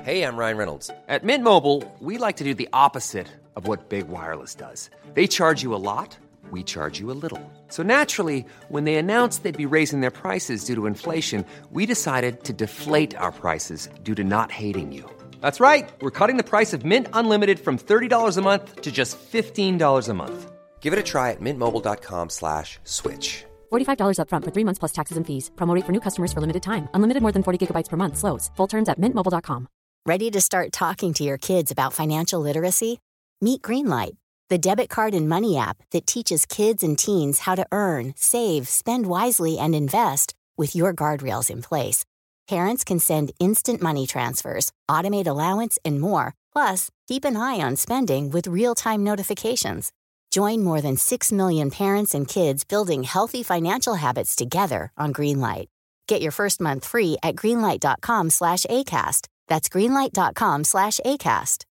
Hey, I'm Ryan Reynolds. At Mint Mobile, we like to do the opposite of what Big Wireless does. They charge you a lot, we charge you a little. So naturally, when they announced they'd be raising their prices due to inflation, we decided to deflate our prices due to not hating you. That's right. We're cutting the price of Mint Unlimited from $30 a month to just $15 a month. Give it a try at mintmobile.com/switch. $45 up front for 3 months plus taxes and fees. Promo rate for new customers for limited time. Unlimited more than 40 gigabytes per month. Slows full terms at mintmobile.com. Ready to start talking to your kids about financial literacy? Meet Greenlight, the debit card and money app that teaches kids and teens how to earn, save, spend wisely, and invest with your guardrails in place. Parents can send instant money transfers, automate allowance, and more. Plus, keep an eye on spending with real-time notifications. Join more than 6 million parents and kids building healthy financial habits together on Greenlight. Get your first month free at greenlight.com/ACAST. That's greenlight.com/ACAST.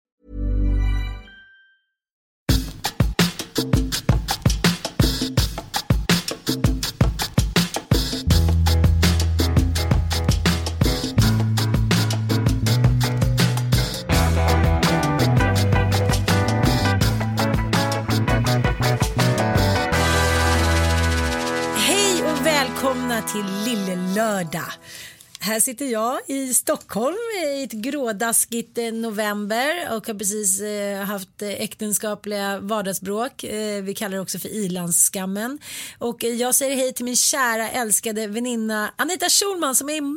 Välkomna till Lille Lördag. Här sitter jag i Stockholm i ett grådaskigt november och har precis haft äktenskapliga vardagsbråk. Vi kallar det också för ilandsskammen. Och jag säger hej till min kära älskade väninna Anita Schulman som är i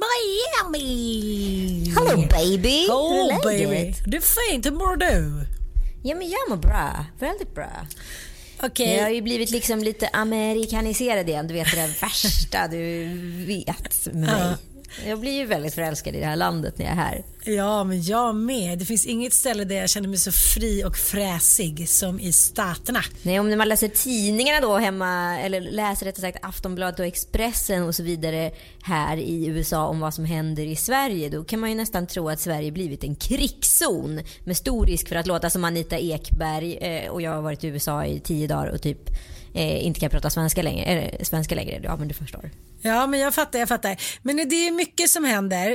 Miami. Hello baby. Hello baby. Du är fint, hur mår du? Ja, men jag mår bra, väldigt bra. Okay. Jag har ju blivit liksom lite amerikaniserad igen. Du vet det värsta du vet med mig. Jag blir ju väldigt förälskad i det här landet när jag är här. Ja, men jag med. Det finns inget ställe där jag känner mig så fri och fräsig som i staterna. Nej, om man läser tidningarna då hemma, eller läser rättare sagt Aftonbladet och Expressen och så vidare här i USA om vad som händer i Sverige, då kan man ju nästan tro att Sverige blivit en krigszon med stor risk för att låta som Anita Ekberg. Och jag har varit i USA i 10 dagar och typ inte kan prata svenska längre. Ja, men du förstår. Ja, men jag fattar. Men det är mycket som händer.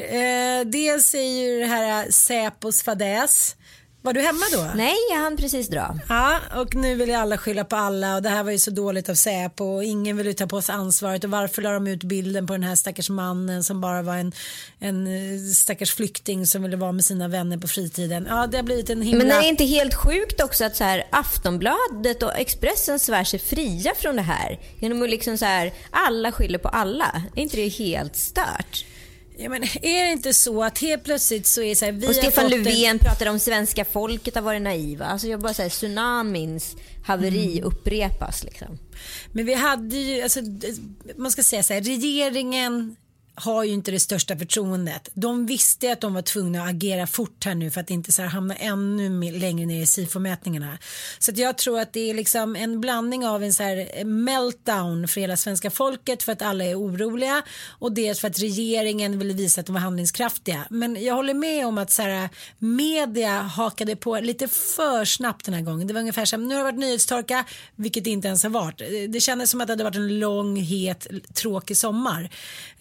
Dels är ju det här Säpos fadäs. Var du hemma då? Nej, jag hann precis dra. Ja, och nu vill alla skylla på alla och det här var ju så dåligt av Säpo och ingen vill ta på sig ansvaret och varför la de ut bilden på den här stackars mannen som bara var en stackars flykting som ville vara med sina vänner på fritiden. Ja, det har blivit en himla... Men det är inte helt sjukt också att så här Aftonbladet och Expressen svär sig fria från det här genom att liksom så här alla skyller på alla. Är inte det helt stört? Ja, men är det inte så att helt plötsligt så är så här, vi och Stefan Löfven pratar om svenska folket har varit naiva. Alltså jag bara säger tsunamins haveri upprepas liksom. Men vi hade ju alltså, man ska säga så här, regeringen har ju inte det största förtroendet. De visste att de var tvungna att agera fort här nu för att inte så här hamna ännu längre ner i SIFO-mätningarna. Så att jag tror att det är liksom en blandning av en så här meltdown för hela svenska folket för att alla är oroliga och dels för att regeringen ville visa att de var handlingskraftiga. Men jag håller med om att så här, media hakade på lite för snabbt den här gången. Det var ungefär så här, nu har det varit nyhetstorka, vilket det inte ens har varit. Det kändes som att det hade varit en lång, het, tråkig sommar.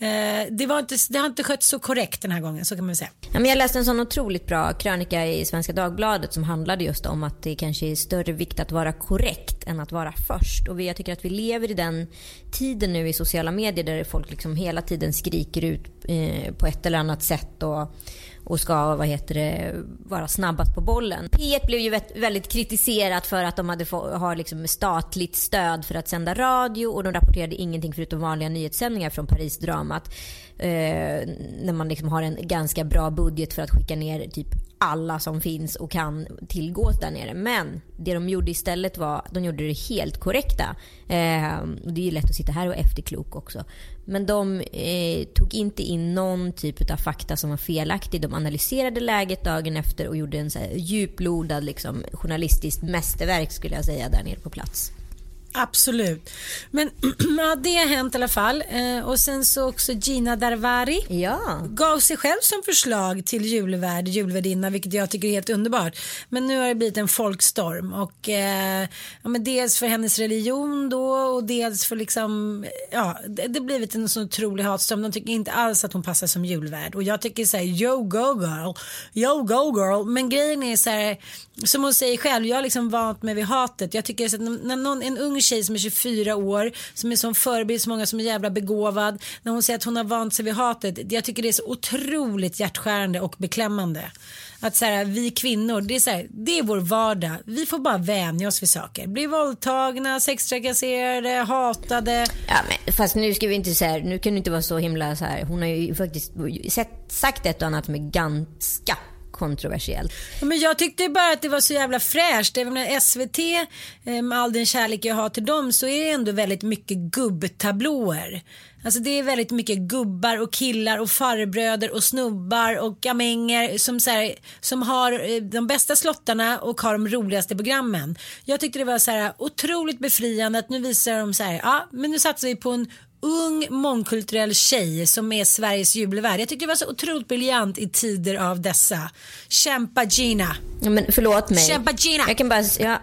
Det har inte skött så korrekt den här gången, så kan man säga. Ja, men jag läste en sån otroligt bra krönika i Svenska Dagbladet som handlade just om att det kanske är större vikt att vara korrekt än att vara först. Och jag tycker att vi lever i den tiden nu i sociala medier där folk liksom hela tiden skriker ut på ett eller annat sätt och ska vara snabbast på bollen. P1 blev ju väldigt kritiserat för att de har liksom statligt stöd för att sända radio och de rapporterade ingenting förutom vanliga nyhetssändningar från Paris-dramat. När man liksom har en ganska bra budget för att skicka ner typ alla som finns och kan tillgås där nere. Men det de gjorde istället var de gjorde det helt korrekta. Det är ju lätt att sitta här och efterklok också. Men de tog inte in någon typ av fakta som var felaktig. De analyserade läget dagen efter och gjorde en så här djuplodad liksom, journalistiskt mästerverk skulle jag säga där nere på plats. Absolut. Men ja, det har hänt i alla fall. Och sen så också Gina Darvari gav sig själv som förslag till julvärdinna, vilket jag tycker är helt underbart. Men nu har det blivit en folkstorm. Och men dels för hennes religion då, och dels för liksom, det blivit en så otrolig hatstorm. De tycker inte alls att hon passar som julvärd. Och jag tycker så här, yo go girl. Men grejen är så här, som hon säger själv, jag har liksom vant mig vid hatet. Jag tycker så att när en ung tjej som är 24 år, som är som förebild så många, som är jävla begåvad, när hon säger att hon har vant sig vid hatet, jag tycker det är så otroligt hjärtskärande och beklämmande. Att så här, vi kvinnor, det är så här, det är vår vardag. Vi får bara vänja oss vid saker. Bli våldtagna, sextrakasserade, hatade. Ja, men fast nu ska vi inte så här, nu kan det inte vara så himla så här. Hon har ju faktiskt sagt ett och annat som är ganska kontroversiellt. Men jag tyckte bara att det var så jävla fräscht. Även när SVT, med all den kärlek jag har till dem, så är det ändå väldigt mycket gubbtablåer. Alltså det är väldigt mycket gubbar och killar och farbröder och snubbar och gamänger som har de bästa slottarna och har de roligaste programmen. Jag tyckte det var så här otroligt befriande att nu visar de så här, men nu satsar vi på en ung mångkulturell tjej som är Sveriges julvärd. Jag tycker det var så otroligt briljant i tider av dessa. Kämpa Gina. Ja, men förlåt mig. Kämpa Gina. Jag kan bara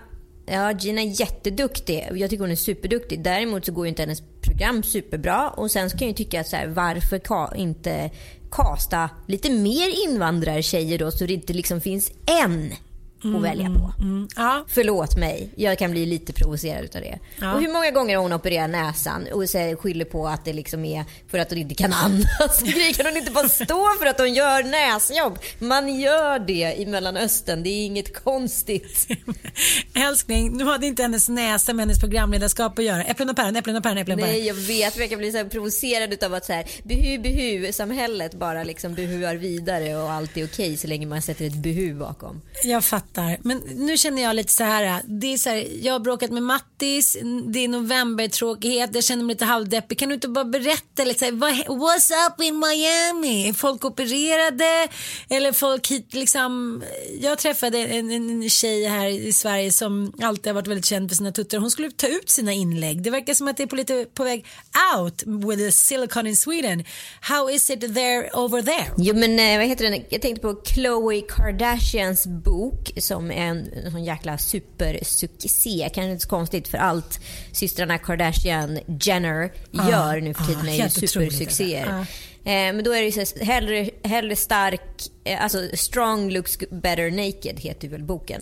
Ja, Gina är jätteduktig. Jag tycker hon är superduktig. Däremot så går ju inte hennes program superbra. Och sen så kan jag ju tycka att så här, varför inte kasta lite mer invandrartjejer då, så det inte liksom finns en att välja på. Ja. Förlåt mig, jag kan bli lite provocerad utav det. Och hur många gånger har hon opererat näsan och skyller på att det liksom är för att hon inte kan andas. Kan hon inte bara stå för att hon gör näsjobb? Man gör det i Mellanöstern, det är inget konstigt. Älskling, nu hade inte hennes näsa med hennes programledarskap att göra. Äpplen och päron. Nej, jag vet, jag kan bli så här provocerad utav att så här, behu, samhället bara liksom behuar vidare och allt är okej så länge man sätter ett behu bakom. Jag fattar. Men nu känner jag lite så här, det är så här, jag har bråkat med Mattis, det är novembertråkighet, jag känner mig lite halvdeppig. Kan du inte bara berätta lite så här, what's up in Miami? Är folk opererade eller folk hit liksom? Jag träffade en tjej här i Sverige som alltid har varit väldigt känd för sina tuttar. Hon skulle ta ut sina inlägg. Det verkar som att det är lite på väg out with the silicon in Sweden. How is it there over there? Jo, men vad heter den? Jag tänkte på Khloe Kardashians bok som är en sån jäkla supersuccé. Kanske inte så konstigt för allt systrarna Kardashian Jenner gör nu för tiden är ju supersuccéer. Men då är det ju så hellre stark, alltså Strong Looks Better Naked heter väl boken.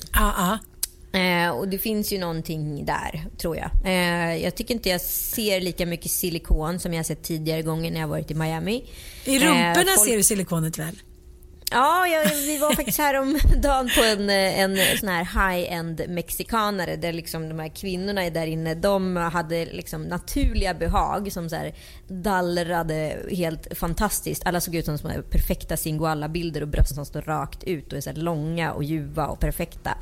Och det finns ju någonting där, tror jag. Jag tycker inte jag ser lika mycket silikon som jag sett tidigare gånger när jag varit i Miami. I rumporna ser du silikonet väl? Ja, vi var faktiskt här om dagen på en sån här high-end mexikanare där liksom de här kvinnorna där inne, de hade liksom naturliga behag som så här dallrade helt fantastiskt. Alla såg ut som perfekta singoalla-bilder och brösten som står rakt ut och är så här långa och ljuva och perfekta.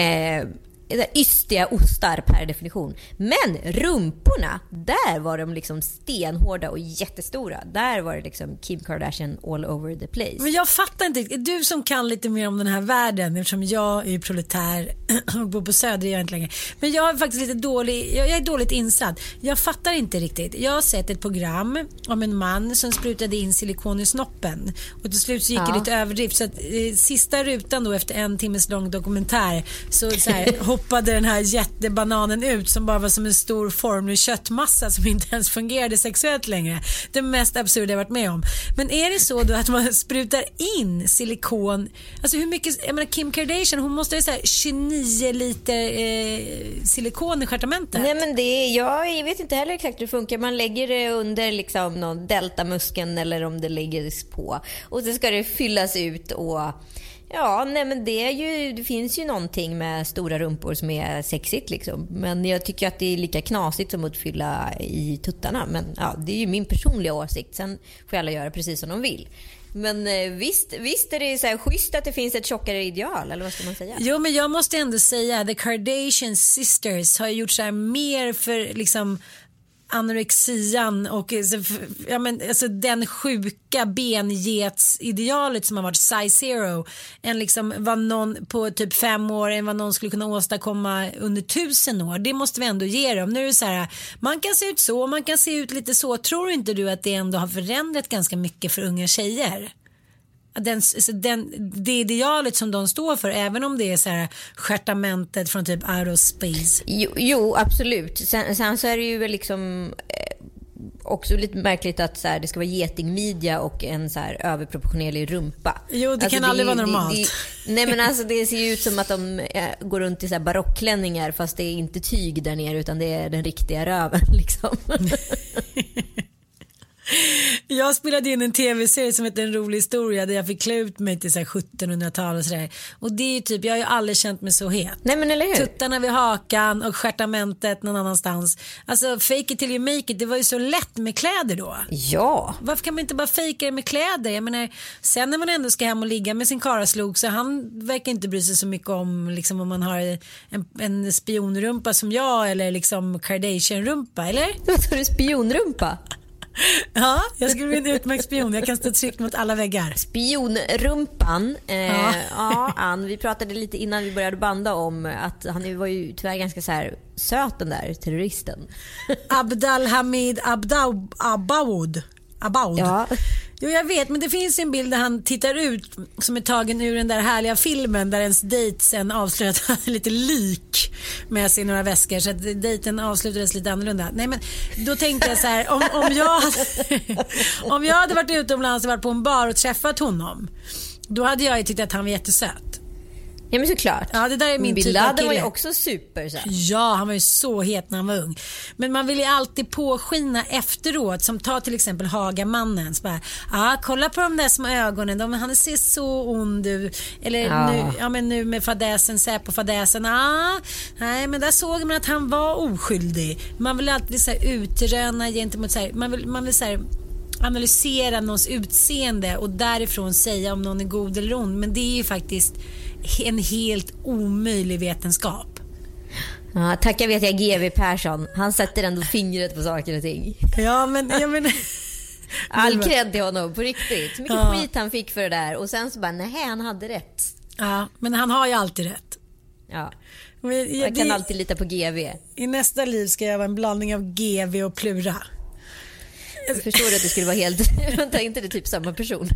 Ystiga ostar per definition. Men rumporna, där var de liksom stenhårda och jättestora. Där var det liksom Kim Kardashian all over the place. Men jag fattar inte, du som kan lite mer om den här världen, eftersom jag är proletär och bor på Söder, jag inte längre. Men jag är faktiskt lite dålig, jag är dåligt insatt. Jag fattar inte riktigt. Jag har sett ett program om en man som sprutade in silikon i snoppen. Och till slut så gick det lite överdrift. Så att sista rutan då, efter 1 timmes lång dokumentär, så här hoppade den här jättebananen ut som bara var som en stor formlig köttmassa som inte ens fungerade sexuellt längre. Det mest absurda jag varit med om. Men är det så då att man sprutar in silikon? Alltså hur mycket, jag menar Kim Kardashian, hon måste ha så här 29 liter silikon i stjärtamentet. Nej, men jag vet inte heller exakt hur det funkar. Man lägger det under liksom någon deltamuskeln eller om det läggs på. Och så ska det fyllas ut och ja, nej, men det finns ju någonting med stora rumpor som är sexigt liksom. Men jag tycker att det är lika knasigt som att fylla i tuttarna. Men ja, det är ju min personliga åsikt. Sen får alla göra precis som de vill. Men visst är det så här schysst att det finns ett tjockare ideal, eller vad ska man säga? Jo, men jag måste ändå säga The Kardashian Sisters har gjort så här mer för liksom anorexian och alltså den sjuka bengetsidealet som har varit size zero än liksom vad någon på typ 5 år än vad någon skulle kunna åstadkomma under 1000 år. Det måste vi ändå ge dem. Nu är det så här, man kan se ut så, man kan se ut lite så. Tror inte du att det ändå har förändrat ganska mycket för unga tjejer? Det idealet som de står för, även om det är så här stjärtamentet från typ outer space. Jo, absolut. Sen så är det ju väl liksom också lite märkligt att så här, det ska vara getingmidja och en så här överproportionerlig rumpa. Jo, det kan aldrig vara normalt. Nej, men alltså det ser ju ut som att de går runt i så här barockklänningar, fast det är inte tyg där nere utan det är den riktiga röven liksom. Jag spelade in en tv-serie som heter En rolig historia där jag fick klä ut mig till 1700-tal och sådär. Och det är ju typ, jag har ju aldrig känt mig så het. Nej, men eller hur? Tuttarna vid hakan och stjärtamentet någon annanstans. Alltså fake it till you make it, det var ju så lätt med kläder då. Ja. Varför kan man inte bara fejka det med kläder? Jag menar, sen när man ändå ska hem och ligga med sin karaslog så han verkar inte bry sig så mycket om liksom om man har en spionrumpa som jag eller liksom Kardashian-rumpa, eller? Vad sa du, spionrumpa? Ja, jag skulle bli en utmärkt spion. Jag kan stå tryckt mot alla väggar. Spionrumpan. Ja, Ann, vi pratade lite innan vi började banda om att han var ju tyvärr ganska så här söt, den där terroristen. Abdalhamid Abaoud. Ja. Jo, jag vet, men det finns en bild där han tittar ut som är tagen ur den där härliga filmen där ens dejt sen avslöjade att han hade lite lik med sig i några väskor, så att dejten avslutades lite annorlunda. Nej, men då tänkte jag så här, om jag hade varit utomlands och varit på en bar och träffat honom, då hade jag ju tyckt att han var jättesöt. Ja, men såklart. Ja, det där är min typ av kille. var ju också super så. Ja, han var ju så het när han var ung. Men man vill ju alltid påskina efteråt, som tar till exempel Hagamannen. Så bara, kolla på de där små ögonen, han ser så ond ut. Eller nu med fadäsen, Säpo-fadäsen. Nej, men där såg man att han var oskyldig. Man vill alltid så här utröna gentemot så här, man vill så här analysera någons utseende och därifrån säga om någon är god eller ond. Men det är ju faktiskt en helt omöjlig vetenskap. Ja, tacka vet jag GW Persson. Han sätter ändå fingret på saker och ting. Ja, men all cred till honom, på riktigt. Så mycket skit han fick för det där. Och sen så bara, nej, han hade rätt. Ja, men han har ju alltid rätt. Ja, man kan alltid lita på GV. I nästa liv ska jag vara en blandning av GV och Plura. Jag förstår att det skulle vara helt... Vänta, inte det typ samma person?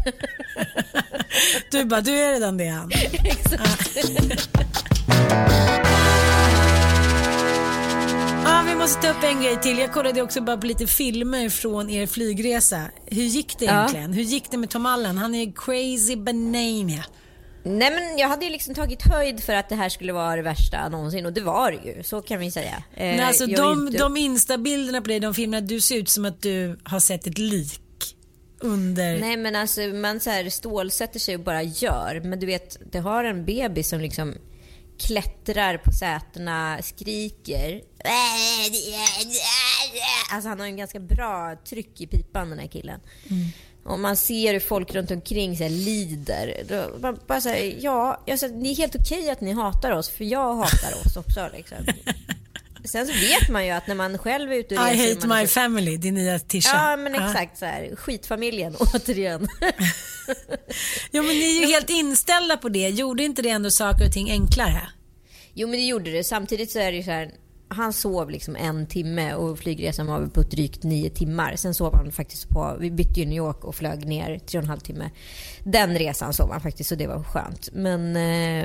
Du är redan det, han. Exakt. Vi måste ta upp en grej till. Jag kollade också bara på lite filmer från er flygresa. Hur gick det egentligen? Hur gick det med Tom Allen? Han är crazy banana. Nej, men jag hade ju liksom tagit höjd för att det här skulle vara det värsta någonsin, och det var det ju, så kan vi säga. Men alltså de instabilderna på dig, de filmerna, du ser ut som att du har sett ett lik under... Nej, men alltså man så här stålsätter sig och bara gör, men du vet, det har en bebis som liksom klättrar på sätena, skriker. Alltså han har en ganska bra tryck i pipan, den här killen. Och man ser hur folk runt omkring så här lider. Då man bara säger, det är helt okej att ni hatar oss, för jag hatar oss också liksom. Sen så vet man ju att när man själv är ute och reser, I hate my family, din nya tisha. Ja, men exakt så här, skitfamiljen återigen. Ja, men ni är ju helt inställda på det. Gjorde inte det ändå saker och ting enklare? Jo, men det gjorde det. Samtidigt så är det ju så här, han sov liksom 1 timme och flygresan var på drygt 9 timmar. Sen sov han faktiskt vi bytte ju New York och flög ner 3,5 timme. Den resan sov han faktiskt, så det var skönt. Men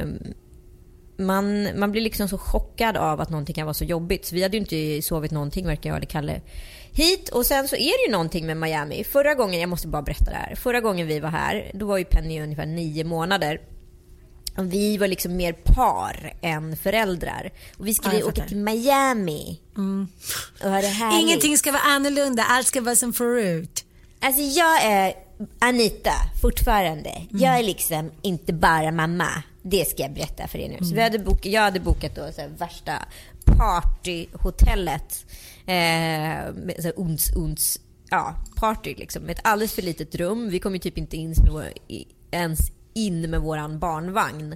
man blir liksom så chockad av att någonting kan vara så jobbigt. Så vi hade ju inte sovit någonting, varken jag eller Kalle hit. Och sen så är det ju någonting med Miami. Förra gången, jag måste bara berätta det här. Förra gången vi var här, då var ju Penny ungefär 9 månader. Och vi var liksom mer par än föräldrar. Och vi skulle åka till Miami. Och ha det härligt. Ingenting ska vara annorlunda, allt ska vara som förut. Alltså jag är Anita fortfarande. Jag är liksom inte bara mamma. Det ska jag berätta för er nu. Så jag hade bokat då så här värsta partyhotellet. Med så här party liksom. Med ett alldeles för litet rum. Vi kom ju typ inte ens in med våran barnvagn.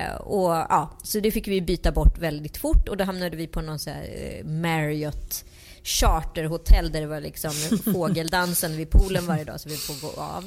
Så det fick vi byta bort väldigt fort. Och då hamnade vi på någon så här Marriott charterhotell där det var liksom fågeldansen vid poolen varje dag så vi får gå av.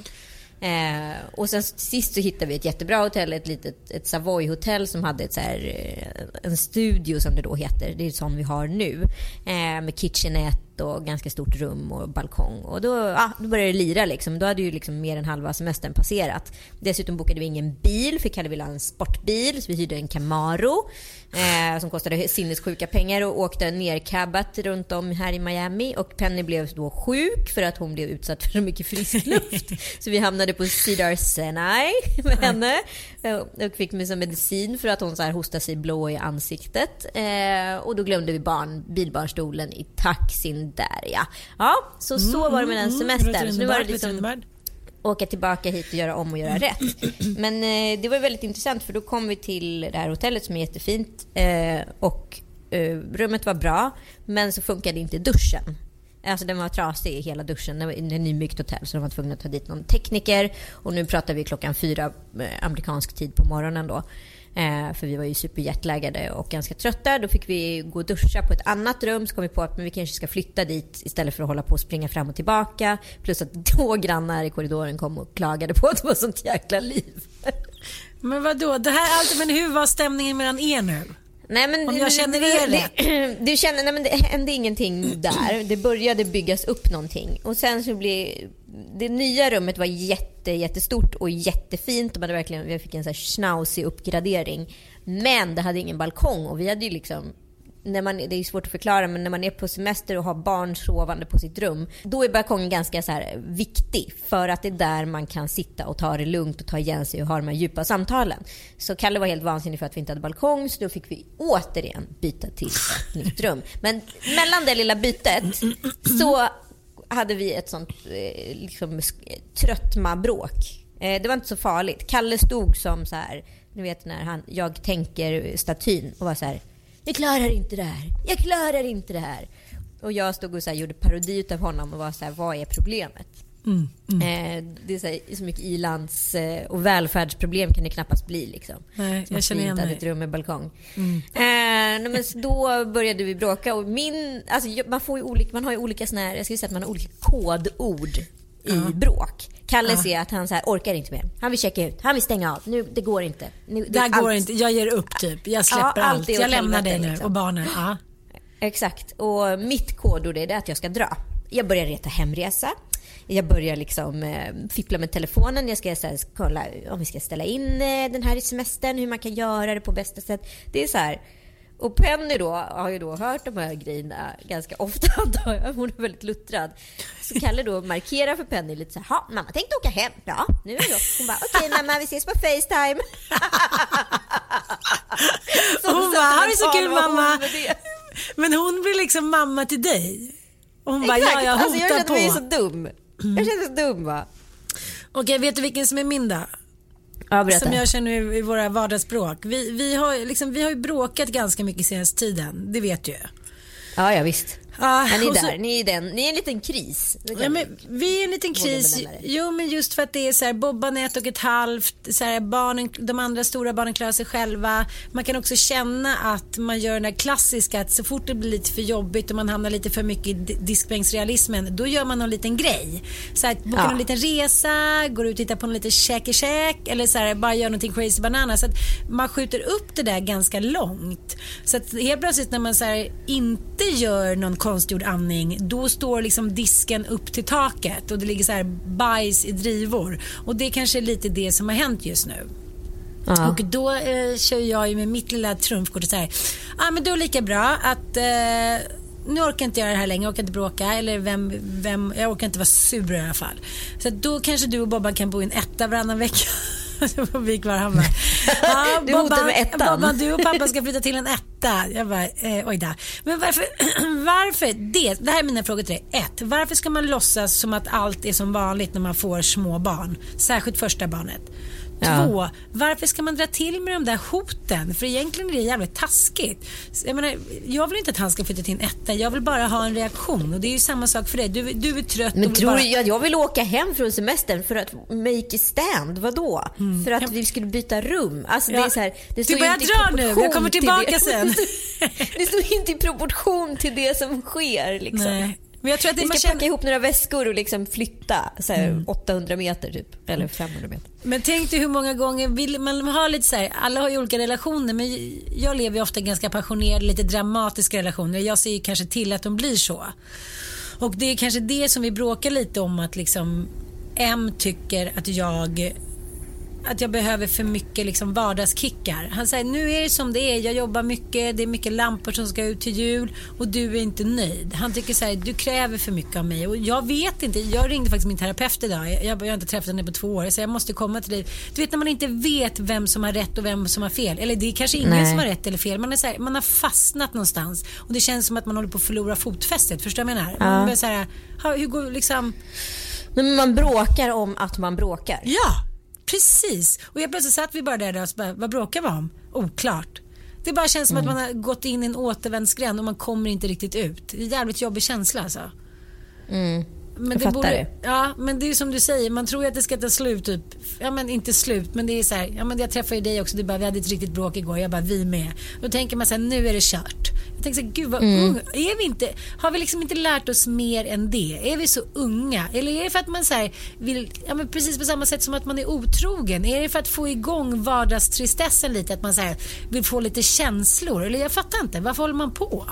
Och sen sist så hittade vi ett jättebra hotell, ett Savoy-hotell som hade ett så här, en studio som det då heter, det är sån vi har nu, med kitchenette och ganska stort rum och balkong. Och då började det lira liksom. Då hade ju liksom mer än halva semestern passerat. Dessutom bokade vi ingen bil, för Kalle ville ha en sportbil, så vi hyrde en Camaro som kostade sinnessjuka pengar och åkte nercabbat runt om här i Miami. Och Penny blev då sjuk för att hon blev utsatt för så mycket frisk luft. Så vi hamnade på Cedars-Sinai med henne och fick med sig medicin för att hon så här hostade sig blå i ansiktet. Och då glömde vi bilbarnstolen i taxin där, ja. Så var det med den semestern. Så nu var det liksom åka tillbaka hit och göra om och göra rätt. Men det var väldigt intressant, för då kom vi till det här hotellet som är jättefint, och rummet var bra, men så funkade inte duschen. Alltså den var trasig i hela duschen. Det var en nymykt hotell, så de var tvungna att ta dit någon tekniker. Och nu pratar vi 4:00 amerikansk tid på morgonen då. För vi var ju superjetlaggade och ganska trötta. Då fick vi gå och duscha på ett annat rum. Så kom vi på att vi kanske ska flytta dit istället för att hålla på och springa fram och tillbaka. Plus att 2 grannar i korridoren kom och klagade på att det var sånt jäkla liv. Men vadå? Det här, men hur var stämningen mellan er nu? Nej, men om jag känner det. Du känner, nej, men det hände ingenting där. Det började byggas upp någonting. Och sen så blev det nya rummet var jättestort och jättefint. Vi fick en så här schnauzig uppgradering. Men det hade ingen balkong. Och vi hade ju liksom, det är svårt att förklara, men när man är på semester och har barn sovande på sitt rum, då är balkongen ganska så här viktig, för att det är där man kan sitta och ta det lugnt och ta igen sig och ha de här djupa samtalen. Så Kalle var helt vansinnig för att vi inte hade balkong, så då fick vi återigen byta till ett nytt rum. Men mellan det lilla bytet så hade vi ett sånt liksom tröttmabråk. Det var inte så farligt. Kalle stod som så här, ni vet när jag tänker statyn och var så här: jag klarar inte det här. Och jag stod och så här, gjorde parodi av honom och var så här: vad är problemet? Det är så mycket ilands och välfärdsproblem kan det knappast bli liksom. Nej, jag känner igen ett rum med balkong. Men då började vi bråka och man har ju olika såna här, jag skulle säga att man har olika kodord i bråk. Kalle säger att han så här, orkar inte mer. Han vill checka ut. Han vill stänga av. Nu, det går inte. Går inte. Jag ger upp typ. Jag släpper allt. Jag lämnar dig nu liksom. Och barnen. Exakt. Och mitt kodord är det att jag ska dra. Jag börjar reta hemresa. Jag börjar liksom fippla med telefonen. Jag ska så här, kolla om vi ska ställa in den här i semestern, hur man kan göra det på bästa sätt. Det är så här. Och Penny då har ju då hört de här grejerna ganska ofta. Hon är väldigt luttrad. Så Kalle då markerar för Penny lite så här: mamma tänkte åka hem. Ja, nu är det då. Hon bara: okej, mamma, vi ses på FaceTime. Hon bara: har det så kul, mamma. Men hon blir liksom mamma till dig. Och hon bara: jag hotar alltså, jag känner mig på. Så dum. Jag känner så dum, va? Okej, vet du vilken som är min då? Som jag känner i våra vardagsbråk. Vi har ju bråkat ganska mycket senaste tiden. Det vet du ju. Ja, visst. Ni är en liten kris. Ja, men vi är en liten kris. Jo, men just för att det är så här, Bobban är 1,5, så här, barnen, de andra stora barnen klarar sig själva. Man kan också känna att man gör den här klassiska, att så fort det blir lite för jobbigt och man hamnar lite för mycket i diskbänksrealismen, då gör man någon liten grej. Så här, bokar en liten resa, går ut och tittar på en liten käk eller så här, bara gör någonting crazy banana. Så att man skjuter upp det där ganska långt. Så att helt plötsligt när man så här, inte gör någon konstgjord andning, då står liksom disken upp till taket och det ligger så här bajs i drivor, och det kanske är lite det som har hänt just nu. Och då kör jag ju med mitt lilla trumfkort och så här: men då är det lika bra att nu orkar inte jag det här längre, jag orkar inte bråka, eller vem jag orkar inte vara sur i alla fall. Så då kanske du och Bobban kan bo i en etta varannan vecka. Du hotar med ettan. Bobban, du och pappa ska flytta till en etta. Jag bara, oj där. Men varför det här är mina frågor till dig. 1. Varför ska man låtsas som att allt är som vanligt när man får små barn? Särskilt första barnet. 2, varför ska man dra till med de där hoten? För egentligen är det jävligt taskigt. Jag menar, jag vill inte att han ska flytta till en etta. Jag vill bara ha en reaktion. Och det är ju samma sak för dig. Du är trött. Men tror du jag vill åka hem från semestern för att make a stand? Vadå? För att vi skulle byta rum. Alltså det är så här, det står du börjar dra nu. Jag kommer tillbaka sen. Det står inte i proportion till det som sker liksom. Nej. Men jag tror att vi ska packa ihop några väskor och liksom flytta så här, 800 meter typ, eller 500 meter. Men tänk dig hur många gånger vill man ha lite så här, alla har ju olika relationer, men jag lever ju ofta ganska passionerade, lite dramatiska relationer. Jag ser ju kanske till att de blir så. Och det är kanske det som vi bråkar lite om, att liksom M tycker att jag behöver för mycket liksom vardagskickar. Han säger, nu är det som det är, jag jobbar mycket, det är mycket lampor som ska ut till jul och du är inte nöjd. Han tycker så här, du kräver för mycket av mig. Och jag vet inte, jag ringde faktiskt min terapeut idag, jag har inte träffat henne på 2 år, så jag måste komma till dig. Du vet när man inte vet vem som har rätt och vem som har fel, eller det är kanske ingen som har rätt eller fel, man är så här, man har fastnat någonstans och det känns som att man håller på att förlora fotfästet, förstår du vad jag menar? Man börjar så här, hur går liksom... Men man bråkar om att man bråkar. Ja, precis. Och jag plötsligt satt vi bara där och så bara, vad bråkar vi om? Oklart. Det bara känns som att man har gått in i en återvändsgränd och man kommer inte riktigt ut. Det är en jävligt jobbig känsla alltså. Men det borde, ja, men det är som du säger, man tror ju att det ska ta slut typ. Ja, men inte slut, men det är så här, ja men jag träffade ju dig också, du bara, vi hade ett riktigt bråk igår, jag bara, vi med. Då tänker man så här, nu är det kört. Jag tänker så här, gud vad unga, är vi inte, har vi liksom inte lärt oss mer än det? Är vi så unga? Eller är det för att man så här vill, ja men precis på samma sätt som att man är otrogen? Är det för att få igång vardagstristessen lite, att man så här vill få lite känslor? Eller jag fattar inte, varför håller man på?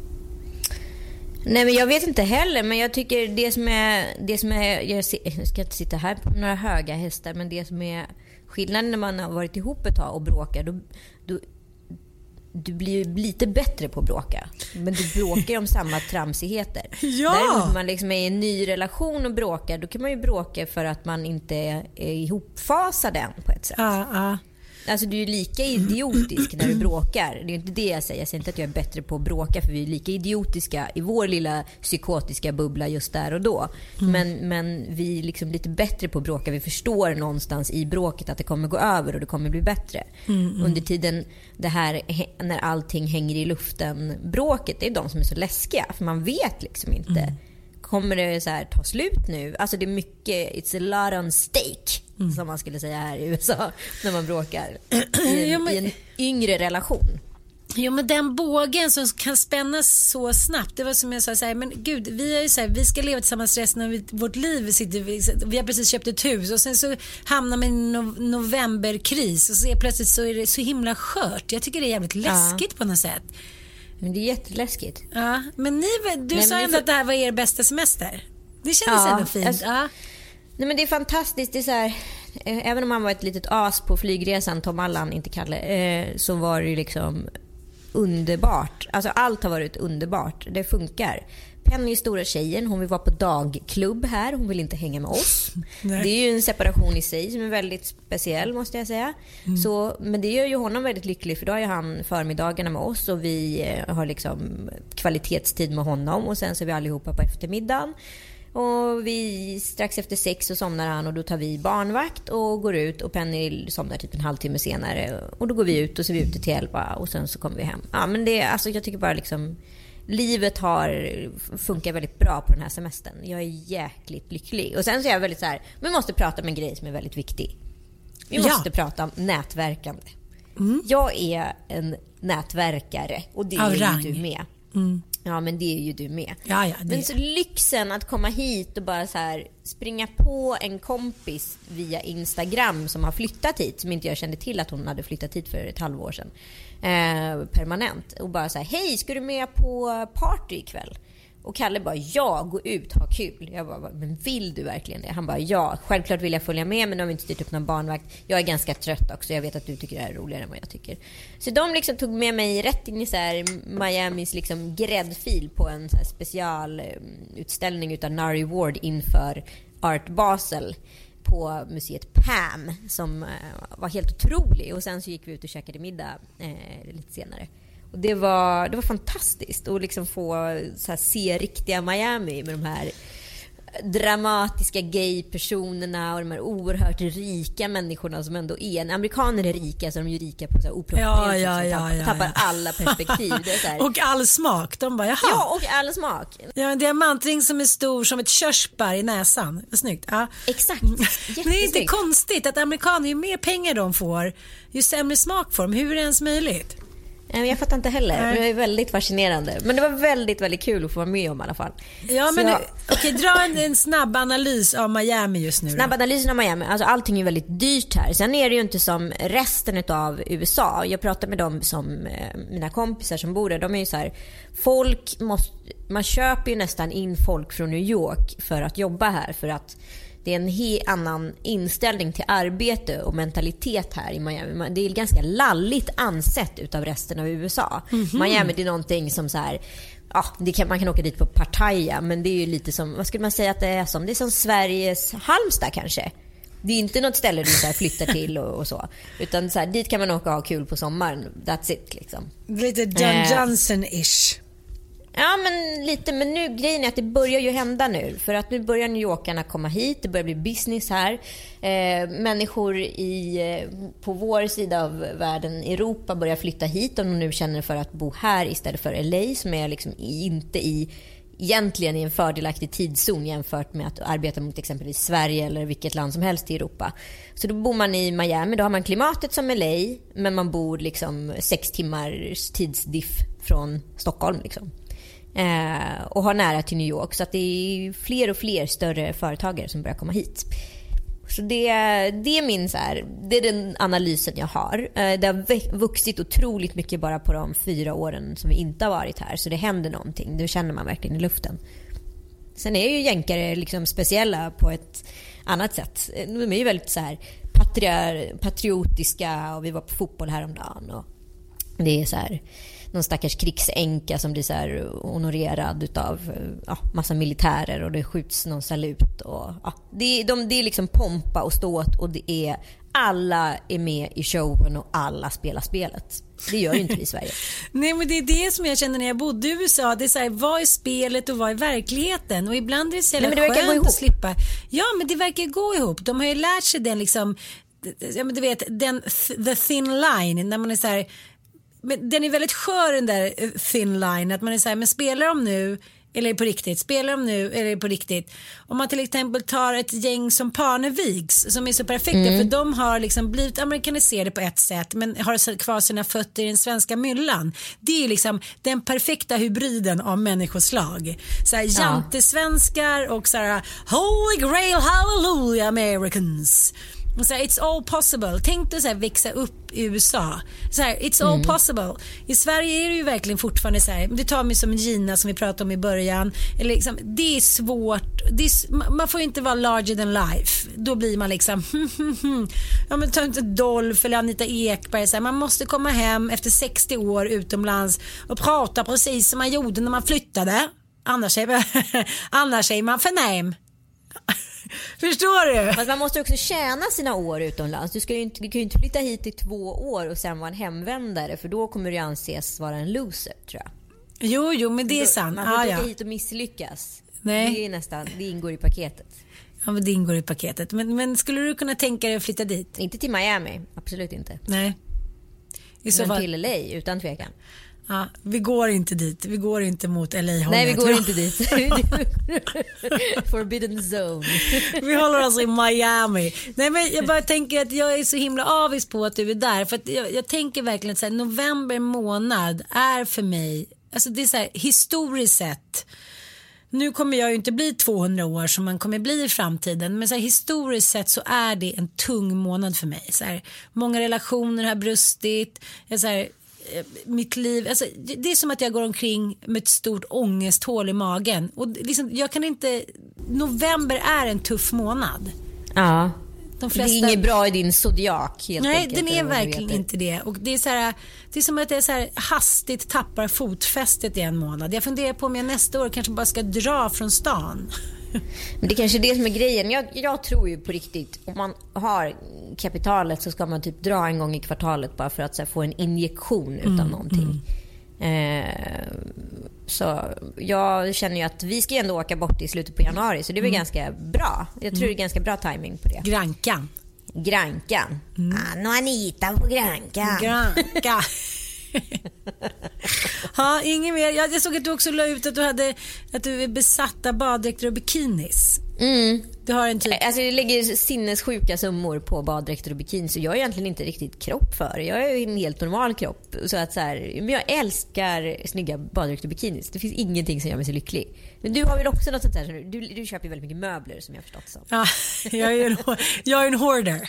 Nej, men jag vet inte heller, men jag tycker det som är jag ska inte sitta här på några höga hästar, men det som är skillnaden när man har varit ihop ett tag och bråkar, du blir ju lite bättre på att bråka, men du bråkar om samma tramsigheter. Däremot om man liksom är i en ny relation och bråkar, då kan man ju bråka för att man inte är ihopfasad än på ett sätt. Alltså du är lika idiotisk när du bråkar. Det är inte det jag säger. Jag säger inte att jag är bättre på att bråka, för vi är lika idiotiska i vår lilla psykotiska bubbla just där och då. Men vi är liksom lite bättre på att bråka. Vi förstår någonstans i bråket att det kommer gå över och det kommer bli bättre. Under tiden det här när allting hänger i luften, bråket, det är de som är så läskiga. För man vet liksom inte. Kommer det så här ta slut nu? Alltså det är mycket, it's a lot on stake, som man skulle säga här i USA när man bråkar i en yngre relation. Jo, men den bågen som kan spännas så snabbt, det var som jag sa så här, men gud, vi är ju så här, vi ska leva tillsammans resten av vårt liv, vi har precis köpt ett hus och sen så hamnar man i en novemberkris och så plötsligt så är det så himla skört. Jag tycker det är jävligt läskigt på något sätt. Men det är jätteläskigt. Ja, men du sa ändå att det här var er bästa semester. Det kändes ändå fint. Alltså, nej, men det är fantastiskt. Det är så här, även om man var ett litet as på flygresan, Tom Allan, inte Kalle, så var det ju liksom underbart. Alltså allt har varit underbart. Det funkar. Penny är stora tjejen, hon vill vara på dagklubb här, hon vill inte hänga med oss. Det är ju en separation i sig som är väldigt speciell, måste jag säga. Så, men det gör ju honom väldigt lycklig, för då har ju han förmiddagarna med oss och vi har liksom kvalitetstid med honom, och sen så är vi allihopa på eftermiddagen. Och vi strax efter 6 så somnar han, och då tar vi barnvakt och går ut, och Penny somnar typ en halvtimme senare, och då går vi ut och så är vi ute till 11 och sen så kommer vi hem. Ja, men det, alltså jag tycker bara liksom livet funkar väldigt bra på den här semestern. Jag är jäkligt lycklig. Och sen så är jag väldigt så här, vi måste prata om en grej som är väldigt viktig. Vi måste prata om nätverkande. Jag är en nätverkare, och det är ju du med. Ja, men det är ju du med. Men så lyxen att komma hit och bara så här springa på en kompis via Instagram som har flyttat hit, som inte jag kände till att hon hade flyttat hit för ett halvår sedan, permanent, och bara så här, hej, ska du med på party ikväll? Och Kalle bara, ja, gå ut, ha kul. Jag bara, men vill du verkligen det? Han bara, ja, självklart vill jag följa med, men de har inte styrt upp någon barnvakt. Jag är ganska trött också, jag vet att du tycker det här är roligare än vad jag tycker. Så de liksom tog med mig rätt in i så här Miamis liksom gräddfil på en så här specialutställning utav Nari Ward inför Art Basel på museet Pam, som var helt otrolig. Och sen så gick vi ut och käkade middag lite senare. Och det var fantastiskt att liksom få så här, se riktiga Miami med de här dramatiska gay-personerna och de här oerhört rika människorna som ändå är. När amerikaner är rika så är de ju rika på så här oproportionerligt tappar alla perspektiv. Det är så här. Och all smak. De bara, jaha. Ja, och all smak. Ja, en diamantring som är stor som ett körsbär i näsan. Vad snyggt. Ja. Exakt. Men det är inte konstigt att amerikaner, ju mer pengar de får, ju sämre smak får de. Hur är det ens möjligt? Jag fattar inte heller. Det är väldigt fascinerande. Men det var väldigt, väldigt kul att få vara med om i alla fall. Ja, men okej, dra en snabb analys av Miami just nu. Snabb analys av Miami. Alltså, allting är väldigt dyrt här. Sen är det ju inte som resten av USA. Jag pratar med dem som mina kompisar som bor där. De är ju så här, man köper ju nästan in folk från New York för att jobba här. För att det är en helt annan inställning till arbete och mentalitet här i Miami. Det är ganska lalligt ansett utav resten av USA. Miami, det är någonting som så här, man kan åka dit på Pattaya, men det är ju lite som, vad skulle man säga att det är som? Det är som Sveriges Halmstad kanske. Det är inte något ställe du så här flyttar till och så. Utan så här, dit kan man åka och ha kul på sommaren. That's it liksom. Lite Don Johnson-ish. Ja, men lite, men nu grejen är att det börjar ju hända nu, för att nu börjar New Yorkarna komma hit, det börjar bli business här. Människor på vår sida av världen, Europa, börjar flytta hit om de nu känner för att bo här istället för LA, som är liksom egentligen i en fördelaktig tidszon jämfört med att arbeta mot exempelvis Sverige eller vilket land som helst i Europa. Så då bor man i Miami, då har man klimatet som LA, men man bor liksom 6 timmars tidsdiff från Stockholm liksom. Och har nära till New York, så att det är fler och fler större företagare som börjar komma hit. Så det är min så här, det är den analysen jag har. Det har vuxit otroligt mycket bara på de 4 åren som vi inte har varit här, så det händer någonting. Det känner man verkligen i luften. Sen är ju jänkare liksom speciella på ett annat sätt. De är ju väldigt så här patriotiska, och vi var på fotboll häromdagen och det är så här någon stackars krigsänka som blir så här honorerad utav massa militärer, och det skjuts någon salut och det är liksom pompa och ståt, och det är alla är med i showen och alla spelar spelet. Det gör ju inte vi i Sverige. Nej, men det är det som jag känner när jag bodde i USA. Det är så här, vad är spelet och vad är verkligheten? Och ibland är det så jävla skönt att slippa. Ja, men det verkar gå ihop. De har ju lärt sig den liksom, ja, men du vet, the thin line, när man är så här. Men den är väldigt skör, den där thin line, att man är så här, men spelar de nu eller på riktigt? Spelar de nu eller på riktigt? Om man till exempel tar ett gäng som Parneviks som är så perfekta, för de har liksom blivit amerikaniserade på ett sätt men har kvar sina fötter i den svenska myllan. Det är liksom den perfekta hybriden av människoslag. Så här, jantesvenskar och så här, Holy Grail Hallelujah Americans. Så här, it's all possible. Tänk dig så här, växa upp i USA. Så här, it's all possible. I Sverige är det ju verkligen fortfarande så här. Det tar mig som Gina som vi pratade om i början. Eller liksom, det är svårt. Man får ju inte vara larger than life. Då blir man liksom ja, men ta inte Dolph eller Anita Ekberg. Så här, man måste komma hem efter 60 år utomlands och prata precis som man gjorde när man flyttade. Annars är man förnäm. Förstår du? Fast man måste också tjäna sina år utomlands. Du kan ju inte flytta hit i 2 år och sen vara en hemvändare, för då kommer du anses vara en loser, tror jag. Jo, men det är sant. Man får inte åka hit och misslyckas. Nej. Det ingår i paketet. Ja, men det ingår i paketet. Men skulle du kunna tänka dig att flytta dit? Inte till Miami, absolut inte. Nej. Men till LA, utan tvekan. Ja, vi går inte dit. Vi går inte mot LA-hållet. Nej, vi går inte dit. Forbidden zone. Vi håller oss i Miami. Nej, men jag bara tänker att jag är så himla avis på att du är där. För att jag tänker verkligen att så här, november månad är för mig, alltså det är så här, historiskt sett. Nu kommer jag ju inte bli 200 år som man kommer bli i framtiden. Men så här, historiskt sett så är det en tung månad för mig. Så här, många relationer har brustit. Så här, mitt liv, alltså, det är som att jag går omkring med ett stort ångesthål i magen. Och liksom, jag kan inte. November är en tuff månad. Ja. De flesta... Det är inget bra i din zodiak helt Nej, enkelt, den är verkligen inte det. Och det är så här, det är som att jag så här hastigt tappar fotfästet i en månad. Jag funderar på om jag nästa år kanske bara ska dra från stan. Men det är kanske det som är grejen. Jag tror ju på riktigt, om man har kapitalet så ska man typ dra en gång i kvartalet bara för att så här, få en injektion utan någonting. Så jag känner ju att vi ska ändå åka bort i slutet på januari, så det är väl ganska bra. Jag tror det är ganska bra timing på det. Grankan. Anna och Anita på Granka. Ja, ingen mer. Jag såg att du också la ut att du är besatt av baddräkter och bikinis. Du har en typ. Alltså det lägger sinnessjuka summor på baddräkter och bikini, så jag är egentligen inte riktigt kropp för. Jag är en helt normal kropp, så att så här, men jag älskar snygga baddräkter och bikinis. Det finns ingenting som gör mig så lycklig. Men du har väl också något sånt där, du köper ju väldigt mycket möbler som jag har förstått som. Ja, jag är en hoarder.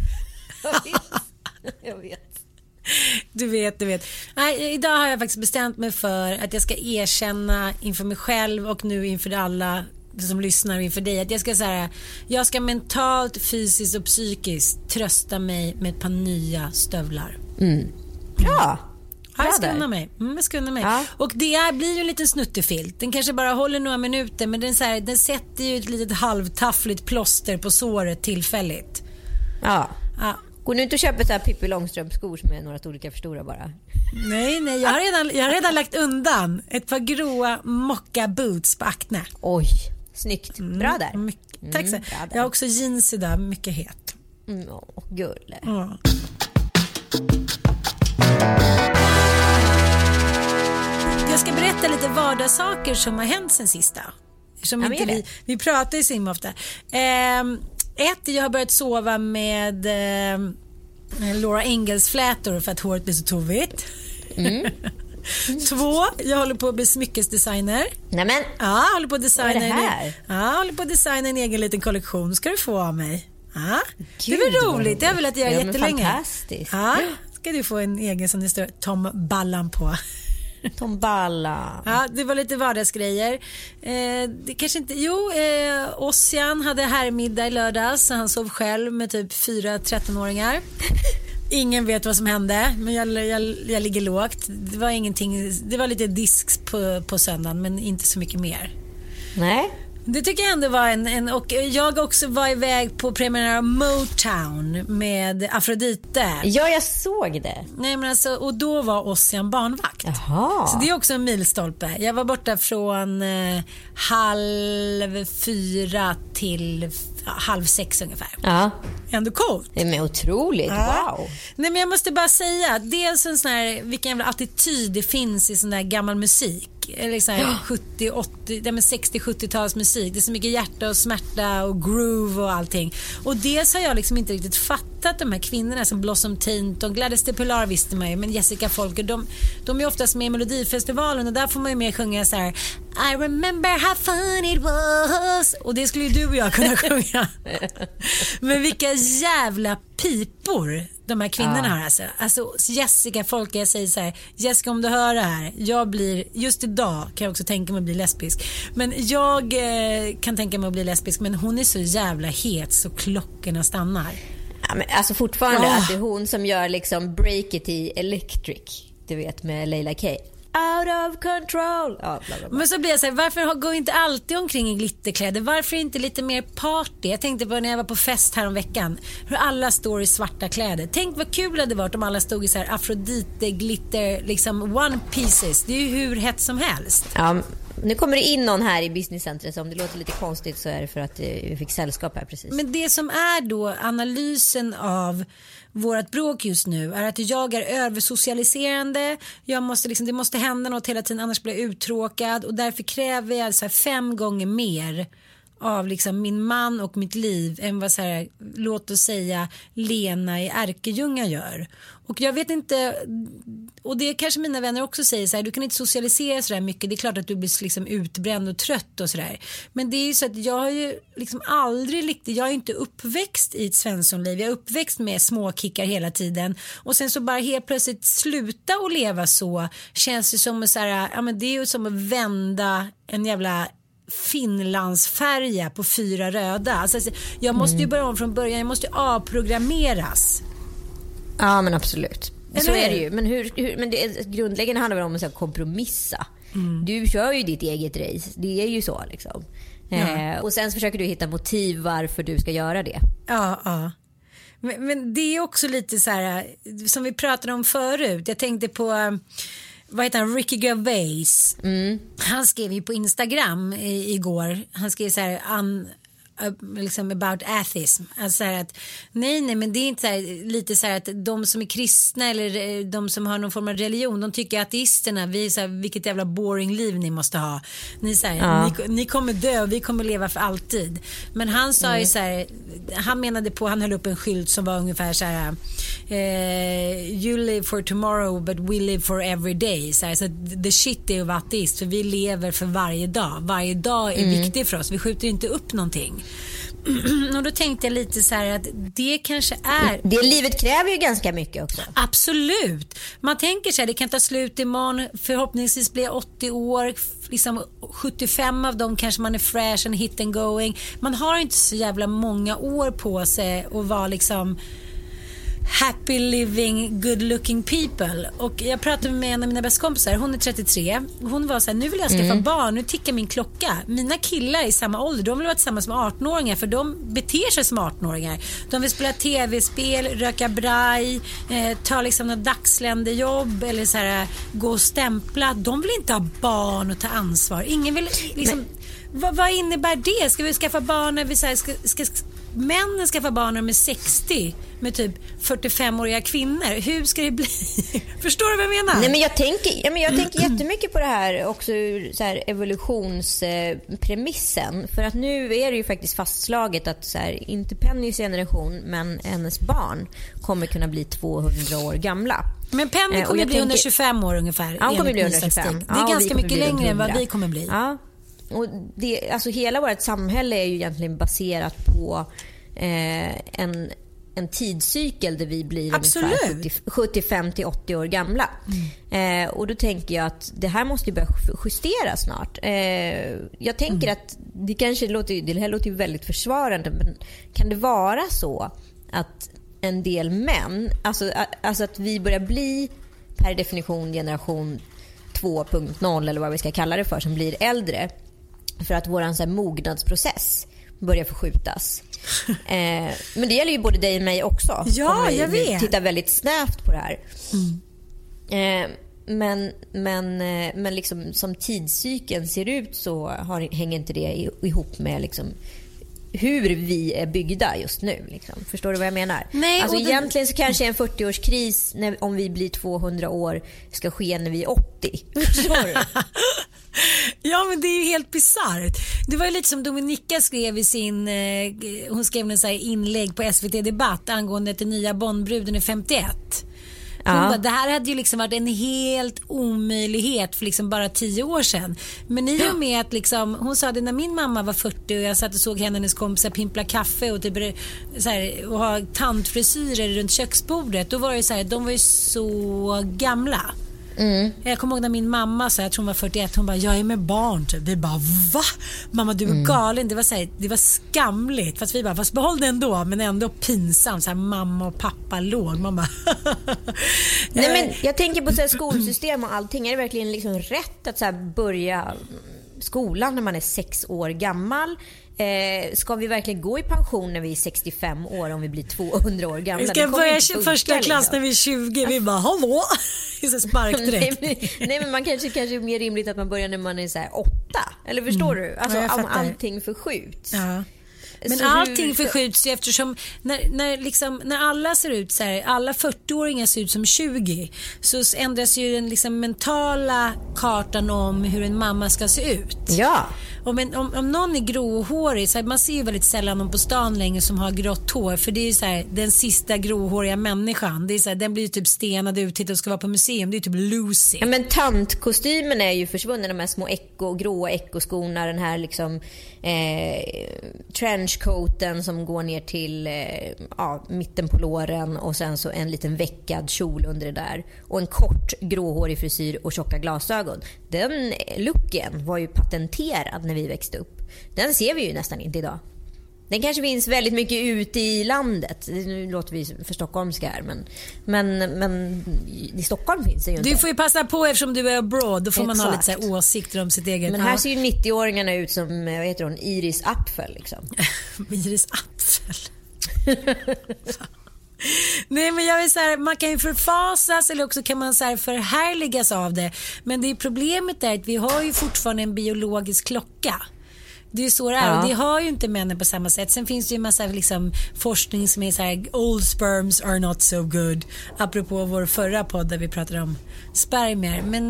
Jag vet. Du vet. Nej, idag har jag faktiskt bestämt mig för att jag ska erkänna inför mig själv och nu inför alla som lyssnar och inför dig att jag ska mentalt, fysiskt och psykiskt trösta mig med ett par nya stövlar. Bra. Jag skunnar mig. Ja. Och det blir ju en liten snuttefilt. Den kanske bara håller några minuter, men den sätter ju ett litet halvtaffligt plåster på såret tillfälligt. Ja. Går nu inte och köper så här Pippi Långstrump-skor som är några olika för stora bara? Nej, jag har redan lagt undan ett par gråa mocka boots på Acne. Oj, snyggt. Bra där. Tack så. Jag har också jeans idag, mycket het. Gulle. Jag ska berätta lite vardagssaker som har hänt sen sista. Som inte vi pratar ju så himla ofta. Jag har börjat sova med Laura Ingalls flätor för att håret blir så tovigt. 2, jag håller på att bli smyckesdesigner. Nämen. Ja, jag håller på att designa. Vad är det här? Jag håller på att designa en egen liten kollektion. Ska du få av mig? Ja. Det är roligt. Det har jag velat göra jättelänge. Fantastiskt. Ja, ska du få en egen som det står Tom Ballan på. Tom Ballan. Ja, det var lite vardagsgrejer. Det kanske inte. Ossian hade herrmiddag i lördags, så han sov själv med typ 4 13-åringar. Ingen vet vad som hände, men jag ligger lågt. Det var ingenting. Det var lite disks på söndagen, men inte så mycket mer. Nej. Det tycker jag ändå var och jag också var iväg på premiär av Motown med Afrodite. Ja, jag såg det. Nej, men alltså, och då var Ossian barnvakt. Jaha. Så det är också en milstolpe. Jag var borta från 3:30 till 5:30 ungefär. Ja. Ändå coolt. Det är otroligt, wow. Nej, men jag måste bara säga, dels en sån här, vilken jävla attityd det finns i sån där gammal musik. Eller så här 70, 80, 60-70-tals musik. Det är så mycket hjärta och smärta och groove och allting. Och dels har jag liksom inte riktigt fattat de här kvinnorna som Blossom Taint och Gladys de Pilar visste man ju, men Jessica Folker, de är oftast med i Melodifestivalen och där får man ju mer sjunga så här I remember how fun it was. Och det skulle ju du och jag kunna sjunga. Men vilka jävla pipor de här kvinnorna har alltså Jessica Folker, jag säger så här, Jessica, om du hör det här, jag blir, just idag kan jag också tänka mig att bli lesbisk, men jag kan tänka mig att bli lesbisk, men hon är så jävla het så klockorna stannar. Ja, men alltså fortfarande att det är hon som gör liksom Break It i Electric, du vet, med Leila K. Out of control. Ja, bla bla bla. Men så blir jag så här, varför går inte alltid omkring i glitterkläder? Varför inte lite mer party? Jag tänkte på när jag var på fest här om veckan, hur alla står i svarta kläder. Tänk vad kul det hade varit om alla stod i så här Afrodite, glitter, liksom one pieces. Det är ju hur hett som helst. Ja, nu kommer det in någon här i businesscentret, så om det låter lite konstigt så är det för att vi fick sällskap här precis. Men det som är då analysen av vårat bråk just nu är att jag är översocialiserande. Det måste hända något hela tiden, annars blir jag uttråkad, och därför kräver jag så här 5 gånger mer av liksom min man och mitt liv än vad så här, låt oss säga Lena i Ärkejunga gör. Och jag vet inte, och det kanske mina vänner också säger så här, du kan inte socialisera så där mycket, det är klart att du blir liksom utbränd och trött och sådär, men det är ju så att jag har ju liksom aldrig jag är inte uppväxt i ett svenssonliv, jag är uppväxt med småkickar hela tiden, och sen så bara helt plötsligt sluta och leva så känns det som så här, ja men det är ju som att vända en jävla Finlandsfärja på 4 röda. Alltså, jag måste ju börja om från början, jag måste ju avprogrammeras. Ja, men absolut. Så är det ju. Men, men det grundläggande handlar väl om att kompromissa. Du kör ju ditt eget race. Det är ju så liksom. Och sen så försöker du hitta motiv varför du ska göra det. Ja. Men det är också lite så här som vi pratade om förut. Jag tänkte på vad heter han, Ricky Gervais. Han skrev ju på Instagram igår. Han skrev så här liksom about atheism, alltså så här att nej men det är inte så här, lite så här att de som är kristna eller de som har någon form av religion, de tycker att ateisterna, vi är så här, vilket jävla boring liv ni måste ha, ni så här, ni kommer dö och vi kommer leva för alltid. Men han sa ju så här, han menade på, han höll upp en skylt som var ungefär så här you live for tomorrow but we live for every day, så the shit är att vara ateist, för vi lever för varje dag är viktig för oss, vi skjuter inte upp någonting. Och då tänkte jag lite så här att det kanske är... Det livet kräver ju ganska mycket också. Absolut. Man tänker så här, det kan ta slut imorgon, förhoppningsvis blir 80 år, liksom 75 av dem kanske man är fresh and hit and going. Man har inte så jävla många år på sig att vara liksom happy living, good looking people. Och jag pratade med en av mina bästa kompisar, hon är 33. Hon var så här, nu vill jag skaffa barn, nu tickar min klocka. Mina killar i samma ålder, de vill vara tillsammans med 18-åringar, för de beter sig som 18-åringar. De vill spela tv-spel, röka braj, ta liksom något dagsländejobb eller så här, gå och stämpla. De vill inte ha barn och ta ansvar. Ingen vill liksom... Vad innebär det? Ska vi skaffa barn när vi så här, ska männen skaffa barn när de är 60 med typ 45-åriga kvinnor? Hur ska det bli? Förstår du vad jag menar? Nej, men jag tänker jättemycket på det här också ur så här evolutionspremissen. För att nu är det ju faktiskt fastslaget att så här, inte Pennys generation men hennes barn kommer kunna bli 200 år gamla. Men Penny kommer bli 125 år ungefär. Ja, kommer bli 125. Det är ganska mycket längre än vad vi kommer bli. Ja. Och det, alltså hela vårt samhälle är ju egentligen baserat på en tidscykel där vi blir ungefär 75-80 år gamla. Och då tänker jag att det här måste börja justeras snart. Jag tänker att det här låter ju väldigt försvarande, men kan det vara så att en del män, alltså att vi börjar bli per definition generation 2.0 eller vad vi ska kalla det för, som blir äldre, för att våran så här mognadsprocess börjar förskjutas. Men det gäller ju både dig och mig också. Ja, jag vet. Vi tittar väldigt snävt på det här. Men liksom som tidscykeln ser ut så hänger inte det ihop med liksom hur vi är byggda just nu liksom. Förstår du vad jag menar? Nej, alltså egentligen så kanske en 40-årskris om vi blir 200 år ska ske när vi är 80. Förstår du? Ja, men det är ju helt bizarrt. Det var ju lite som Dominika skrev i sin hon skrev en så här inlägg på SVT Debatt angående den nya Bondbruden i 51. Hon bara, det här hade ju liksom varit en helt omöjlighet för liksom bara 10 år sedan. Men i och med att liksom, hon sa det när min mamma var 40 och jag satt och såg henne och hennes kompisar pimpla kaffe och typ så här, och ha tantfrisyrer runt köksbordet, då var det så här, de var ju så gamla. Jag kommer ihåg när min mamma sa, jag tror hon var 41, hon bara, jag är med barn typ. Vi bara, va? Mamma, du är galen. Det var så här, det var skamligt. Fast vi bara, fast behåll det ändå. Men ändå pinsamt, så här, mamma och pappa låg. Mamma. Nej, men jag tänker på så här, skolsystem och allting. Är det verkligen liksom rätt att så här, börja skolan när man är 6 år gammal? Ska vi verkligen gå i pension när vi är 65 år om vi blir 200 år gamla? Vi ska börja första klass när vi är 20. Vi bara, hallå? Det är så spark direkt. Nej, men man kanske är mer rimligt att man börjar när man är så här 8. Eller förstår du? Alltså om allting förskjuts. Ja. Men så allting förskjuts ju eftersom när alla ser ut så här, alla 40-åringar ser ut som 20, så ändras ju den liksom mentala kartan om hur en mamma ska se ut. Ja. Och men om någon är gråhårig, så här, man ser ju väldigt sällan någon på stan längre som har grått hår, för det är ju så här, den sista gråhåriga människan. Det är så här, den blir ju typ stenad ut och ska vara på museum. Det är ju typ Lucy. Ja, men tantkostymen är ju försvunnen, de här små gråa ekoskorna, den här liksom trenchcoaten som går ner till mitten på låren, och sen så en liten veckad kjol under det där och en kort gråhårig frisyr och tjocka glasögon. Den looken var ju patenterad när vi växte upp. Den ser vi ju nästan inte idag. Den kanske finns väldigt mycket ute i landet. Nu låter vi för stockholmska här, men i Stockholm finns det ju inte. Du får ju passa på eftersom du är abroad. Då får man ha lite så här åsikter om sitt eget. Men här ser ju 90-åringarna ut som, vad heter hon, Iris Apfel liksom. Iris Apfel. Nej, men jag vill så här, man kan ju förfasas eller också kan man så här förhärligas av det. Men det är problemet är att vi har ju fortfarande en biologisk klocka. Det är ju så det är, och det har ju inte männen på samma sätt. Sen finns det ju en massa liksom forskning som är så här: old sperms are not so good. Apropå vår förra podd där vi pratade om spermier. Men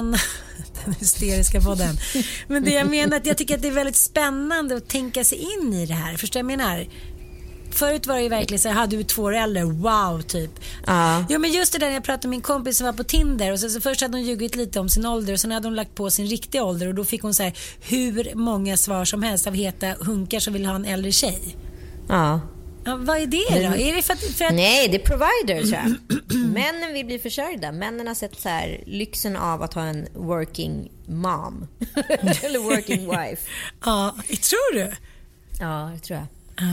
den hysteriska podden. Men det jag menar att jag tycker att det är väldigt spännande att tänka sig in i det här. Förstår jag menar? Förut var det ju verkligen så här, du är 2 år äldre, wow typ. Ja, men just det där, jag pratade med min kompis som var på Tinder och så först hade hon ljugit lite om sin ålder och sen hade hon lagt på sin riktiga ålder och då fick hon så här hur många svar som helst av heta hunkar som vill ha en äldre tjej. Ja, vad är det då? Är det för att... Nej, det är provider, tror jag. Männen vill bli försörjda. Männen har sett så här lyxen av att ha en working mom eller working wife. Ja, tror du? Ja, det tror jag.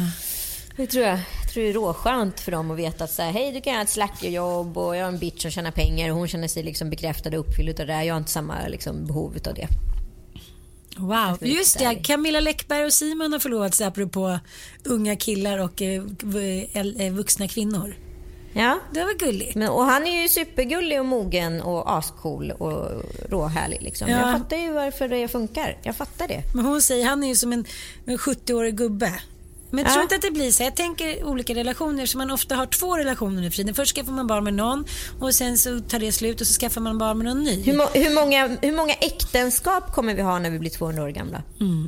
Jag tror det är råskönt för dem att veta att så här, hej, du kan ha ett slackerjobb och jag har en bitch som tjänar pengar och hon känner sig liksom bekräftad och uppfylld av det här. Jag har inte samma liksom behov av det. Wow, just det. Camilla Läckberg och Simon har förlovat sig apropå unga killar och vuxna kvinnor. Ja. Det var gulligt. Och han är ju supergullig och mogen och ascool och råhärlig liksom. Ja. Jag fattar ju varför det funkar. Jag fattar det. Men hon säger, han är ju som en 70-årig gubbe. Men jag tror inte att det blir så. Jag tänker olika relationer som man ofta har 2 relationer nu för tiden. Först skaffar man barn med någon och sen så tar det slut och så skaffar man barn med någon ny. Hur många äktenskap kommer vi ha när vi blir 200 år gamla?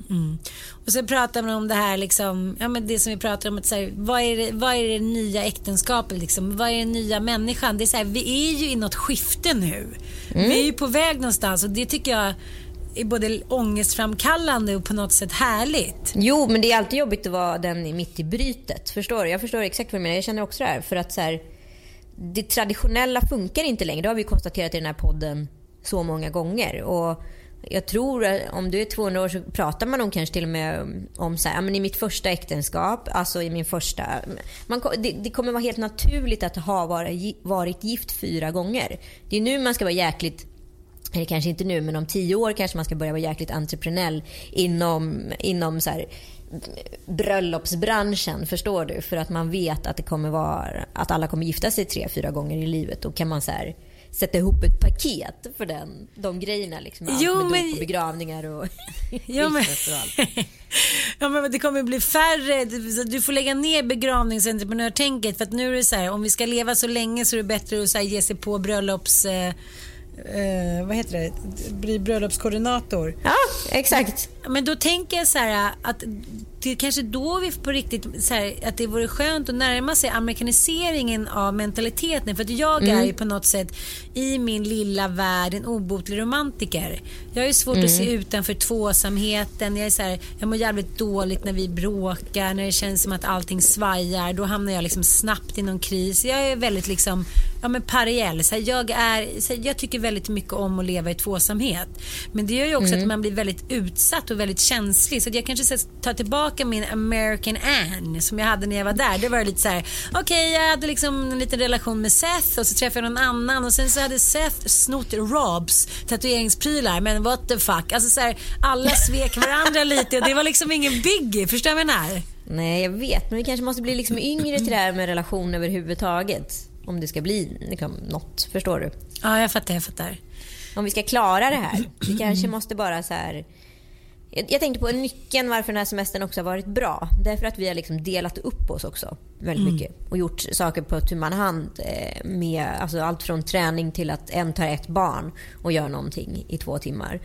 Och så pratar man om det här liksom, ja men det som vi pratar om att så här, vad är det nya äktenskapet liksom? Vad är den nya människan? Det är så här, vi är ju i något skifte nu. Vi är ju på väg någonstans och det tycker jag är både ångestframkallande och på något sätt härligt. Jo, men det är alltid jobbigt att vara den mitt i brytet. Förstår du? Jag förstår exakt vad du menar. Jag känner också det här. För att så här, det traditionella funkar inte längre. Det har vi konstaterat i den här podden så många gånger. Och jag tror att om du är 200 år så pratar man om kanske till och med om så här, men i mitt första äktenskap, alltså i min första... det kommer vara helt naturligt att ha varit gift 4 gånger. Det är nu man ska vara jäkligt... Eller kanske inte nu, men om 10 år kanske man ska börja vara jäkligt entreprenell inom så här bröllopsbranschen, förstår du? För att man vet att det kommer vara att alla kommer gifta sig 3-4 gånger i livet. Då kan man så här sätta ihop ett paket för de grejerna liksom, allt med dop och begravningar och business och allt. Ja, men det kommer bli färre. Du får lägga ner begravningsentreprenörtänket för att nu är det så här, om vi ska leva så länge så är det bättre att så här, ge sig på vad heter det? Bli bröllopskoordinator. Ja, exakt. Men då tänker jag så här att det är kanske då vi på riktigt så här, att det vore skönt att närma sig amerikaniseringen av mentaliteten, för att jag är ju på något sätt i min lilla värld en obotlig romantiker. Jag är svårt att se utanför tvåsamheten. Jag är så här, jag mår jävligt dåligt när vi bråkar, när det känns som att allting svajar. Då hamnar jag liksom snabbt i någon kris. Jag är väldigt liksom pariell. Så här, jag tycker väldigt mycket om att leva i tvåsamhet. Men det gör ju också att man blir väldigt utsatt och väldigt känslig. Så att jag kanske tar tillbaka min American Anne som jag hade när jag var där. Det var lite så här, okej, jag hade liksom en liten relation med Seth och så träffade jag någon annan och sen så hade Seth snott Robs tatueringsprylar, men what the fuck. Alltså så här, alla svek varandra lite och det var liksom ingen biggie, förstår jag vad jag menar? Nej, jag vet, men vi kanske måste bli liksom yngre till det här med relation överhuvudtaget. Om det ska bli liksom något, förstår du? Ja, jag fattar. Om vi ska klara det här, vi kanske måste bara så här... Jag tänkte på nyckeln varför den här semestern också har varit bra. Därför att vi har liksom delat upp oss också väldigt mycket. Och gjort saker på tu man hand med alltså allt från träning till att en tar ett barn och gör någonting i 2 timmar.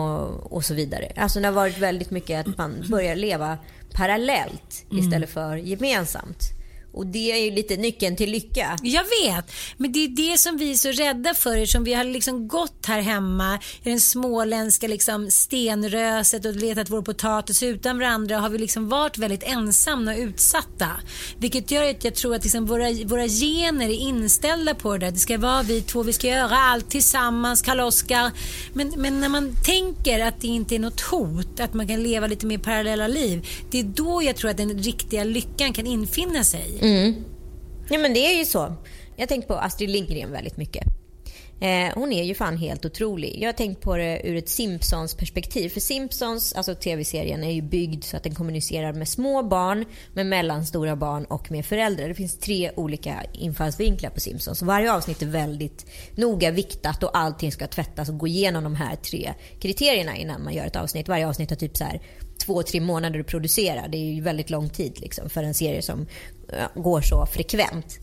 Och så vidare. Alltså det har varit väldigt mycket att man börjar leva parallellt istället för gemensamt. Och det är ju lite nyckeln till lycka. Jag vet, men det är det som vi är så rädda för. Som vi har liksom gått här hemma i den småländska liksom stenröset och letat vår potatis utan varandra, har vi liksom varit väldigt ensamma och utsatta. Vilket gör att jag tror att liksom våra gener är inställda på det. Det ska vara vi 2, vi ska göra allt tillsammans, Karl-Oskar. Men när man tänker att det inte är något hot, att man kan leva lite mer parallella liv, det är då jag tror att den riktiga lyckan kan infinna sig. Ja, men det är ju så. Jag tänker på Astrid Lindgren väldigt mycket. Hon är ju fan helt otrolig. Jag har tänkt på det ur ett Simpsons perspektiv. För Simpsons, alltså tv-serien, är ju byggd så att den kommunicerar med små barn, med mellanstora barn och med föräldrar. Det finns 3 olika infallsvinklar på Simpsons. Varje avsnitt är väldigt noga viktat och allting ska tvättas och gå igenom de här 3 kriterierna innan man gör ett avsnitt. Varje avsnitt har typ så här 2-3 månader att producera. Det är ju väldigt lång tid liksom, för en serie som går så frekvent.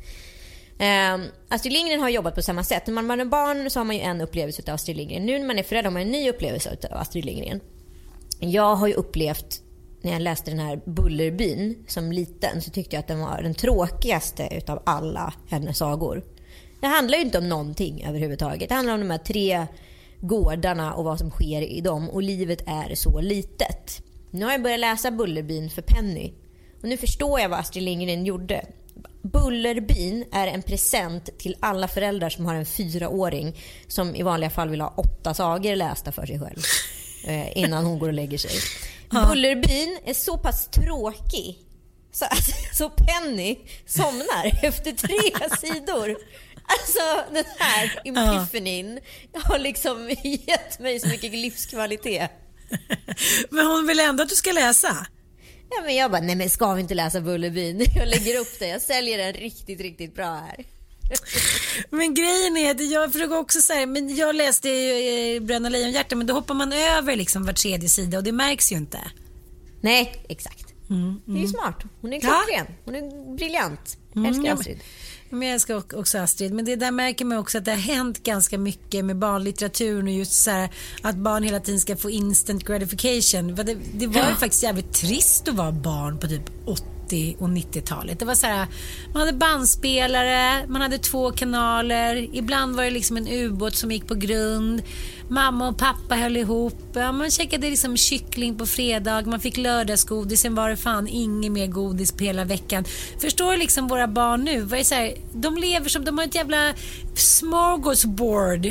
Astrid Lindgren har jobbat på samma sätt. När man är barn så har man ju en upplevelse av Astrid Lindgren. Nu när man är förälder har man en ny upplevelse av Astrid Lindgren. Jag har ju upplevt, när jag läste den här Bullerbyn som liten, så tyckte jag att den var den tråkigaste utav alla hennes sagor. Det handlar ju inte om någonting överhuvudtaget. Det handlar om de här 3 gårdarna och vad som sker i dem, och livet är så litet. Nu har jag börjat läsa Bullerbyn för Penny, och nu förstår jag vad Astrid Lindgren gjorde. Bullerbyn är en present till alla föräldrar som har en 4-åring som i vanliga fall vill ha 8 sagor lästa för sig själv innan hon går och lägger sig. Bullerbyn är så pass tråkig så Penny somnar efter 3 sidor. Alltså den här epifanin har liksom gett mig så mycket livskvalitet. Men hon vill ändå att du ska läsa. Ja, men jag bara, nej men ska vi inte läsa Bullerbyn? Jag lägger upp det, jag säljer den riktigt, riktigt bra här. Men grejen är att jag försöker också säga, men jag läste Bröderna Lejonhjärta, men då hoppar man över liksom var 3:e sida och det märks ju inte. Nej, exakt. Det är ju smart. Hon är klockren. Hon är briljant. Älskar Astrid. Men jag älskar också Astrid. Men det där märker man också att det har hänt ganska mycket med barnlitteraturen och just så här, att barn hela tiden ska få instant gratification. Det var ju faktiskt jävligt trist att vara barn på typ 80- och 90-talet. Det var så här, man hade bandspelare, man hade 2 kanaler, ibland var det liksom en ubåt som gick på grund. Mamma och pappa höll ihop. Ja, man käkade liksom kyckling på fredag, man fick lördagsgodis, sen var det fan ingen mer godis på hela veckan. Förstår du liksom våra barn nu? Vad är så här, de lever som de har ett jävla smorgasbord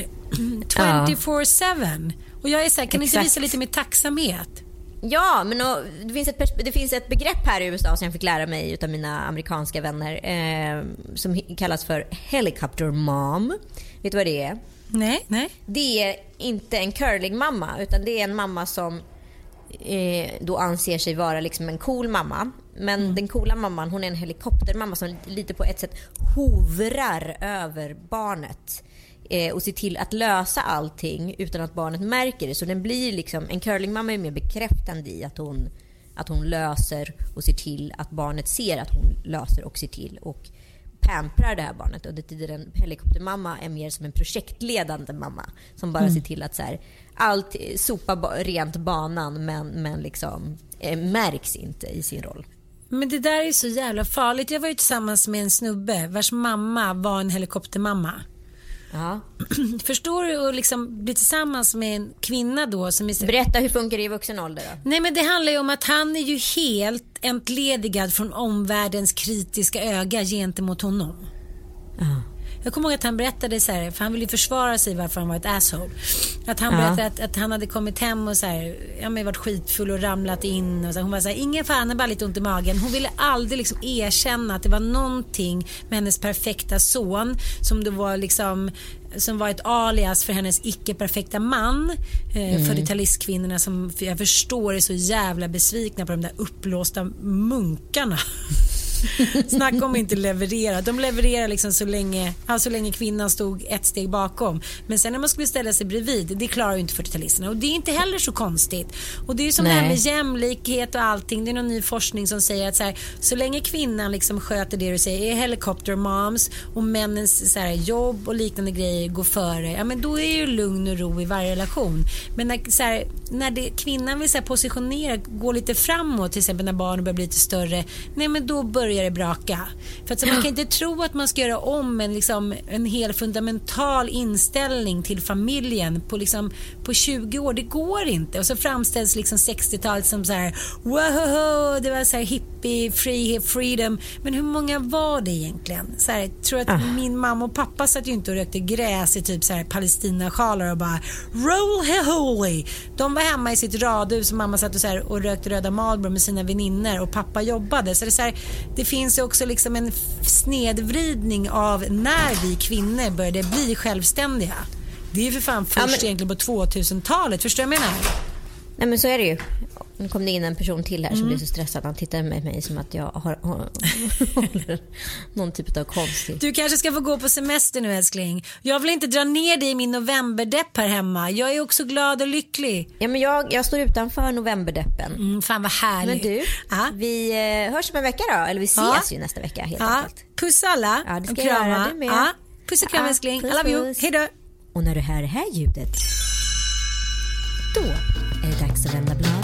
24/7. Och jag är så här, kan inte visa lite mer tacksamhet? Ja, men det finns ett begrepp här i USA som jag fick lära mig utav mina amerikanska vänner som kallas för helicopter mom. Vet du vad det är? Nej. Det är inte en curling-mamma, utan det är en mamma som då anser sig vara liksom en cool mamma. Men den coola mamman, hon är en helikoptermamma som lite på ett sätt hovrar över barnet och ser till att lösa allting utan att barnet märker det. Så den blir liksom, en curlingmamma är mer bekräftande i att hon löser och ser till att barnet ser att hon löser och ser till och pamprar det här barnet. Och det är en helikoptermamma är mer som en projektledande mamma som bara ser till att så här, allt sopa rent banan men liksom märks inte i sin roll. Men det där är så jävla farligt. Jag var ju tillsammans med en snubbe vars mamma var en helikoptermamma. Ja. Förstår du, att liksom bli tillsammans med en kvinna då som är... Berätta, hur funkar det i vuxen ålder då? Nej, men det handlar ju om att han är ju helt entledigad från omvärldens kritiska öga gentemot honom. Jag kommer ihåg att han berättade så här, för han ville ju försvara sig varför han var ett asshole. Att han berättade att han hade kommit hem och så här, varit skitfull och ramlat in och så. Hon var så här, ingen fan, är bara lite ont i magen. Hon ville aldrig liksom erkänna att det var någonting med hennes perfekta son som det var liksom, som var ett alias för hennes icke-perfekta man. 40-talistkvinnorna som jag förstår är så jävla besvikna på de där upplåsta munkarna. Snacka om inte leverera. De levererar liksom så länge kvinnan stod ett steg bakom. Men sen när man skulle ställa sig bredvid, det klarar ju inte 40-talisterna. Och det är inte heller så konstigt. Och det är ju som det här med jämlikhet och allting. Det är någon ny forskning som säger att så länge kvinnan liksom sköter det du säger, är helicopter moms och männens så här, jobb och liknande grejer går före, ja men då är ju lugn och ro i varje relation. Men när kvinnan vill så här, positionera, gå lite framåt, till exempel när barnen börjar bli lite större, nej men då börjar det braka. För att så man kan inte tro att man ska göra om en hel fundamental inställning till familjen på 20 år. Det går inte. Och så framställs liksom 60-talet som så här, wow, det var så här happy, free, freedom. Men hur många var det egentligen? Så här, jag tror att min mamma och pappa satt ju inte och rökte gräs i typ så här Palestina-sjalar och bara roll holy. De var hemma i sitt radhus och mamma satt och, så här, och rökte röda Marlboro med sina väninnor och pappa jobbade. Så det, är så här, det finns ju också liksom en snedvridning av när vi kvinnor började bli självständiga. Det är ju för fan först egentligen på 2000-talet. Förstår du vad jag menar? Nej, men så är det ju. Nu kom det in en person till här som blir så stressad. Han tittar med mig som att jag håller någon typ av konstigt. Du kanske ska få gå på semester nu, älskling. Jag vill inte dra ner dig i min novemberdepp här hemma. Jag är också glad och lycklig. Ja, men jag står utanför novemberdeppen. Fan vad härligt. Men du, vi hörs om en vecka då. Eller vi ses ju nästa vecka helt enkelt. Puss alla. Ja, det ska jag göra. Du med. Puss och kram, älskling. I love you. Hej då. Och när du hör det här ljudet, då är det dags att vända blad.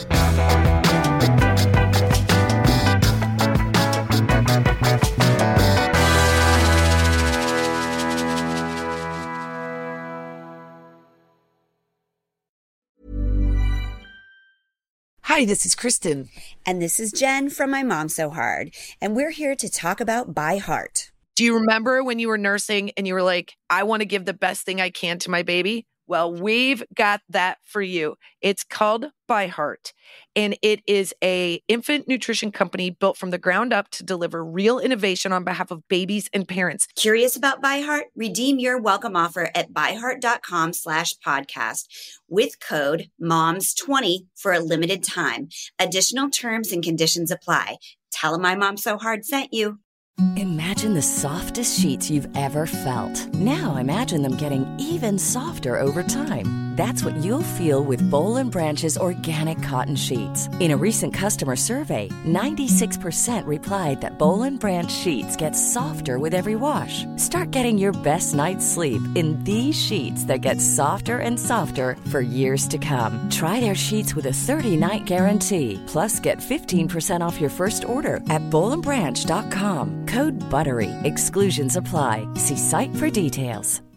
Hi, this is Kristen. And this is Jen from My Mom So Hard. And we're here to talk about By Heart. Do you remember when you were nursing and you were like, I want to give the best thing I can to my baby? Well, we've got that for you. It's called By Heart, and it is a infant nutrition company built from the ground up to deliver real innovation on behalf of babies and parents. Curious about By Heart? Redeem your welcome offer at byheart.com/podcast with code MOMS20 for a limited time. Additional terms and conditions apply. Tell them My Mom So Hard sent you. Imagine the softest sheets you've ever felt. Now imagine them getting even softer over time. That's what you'll feel with Boll & Branch's organic cotton sheets. In a recent customer survey, 96% replied that Boll & Branch sheets get softer with every wash. Start getting your best night's sleep in these sheets that get softer and softer for years to come. Try their sheets with a 30-night guarantee. Plus, get 15% off your first order at bollandbranch.com. Code BUTTERY. Exclusions apply. See site for details.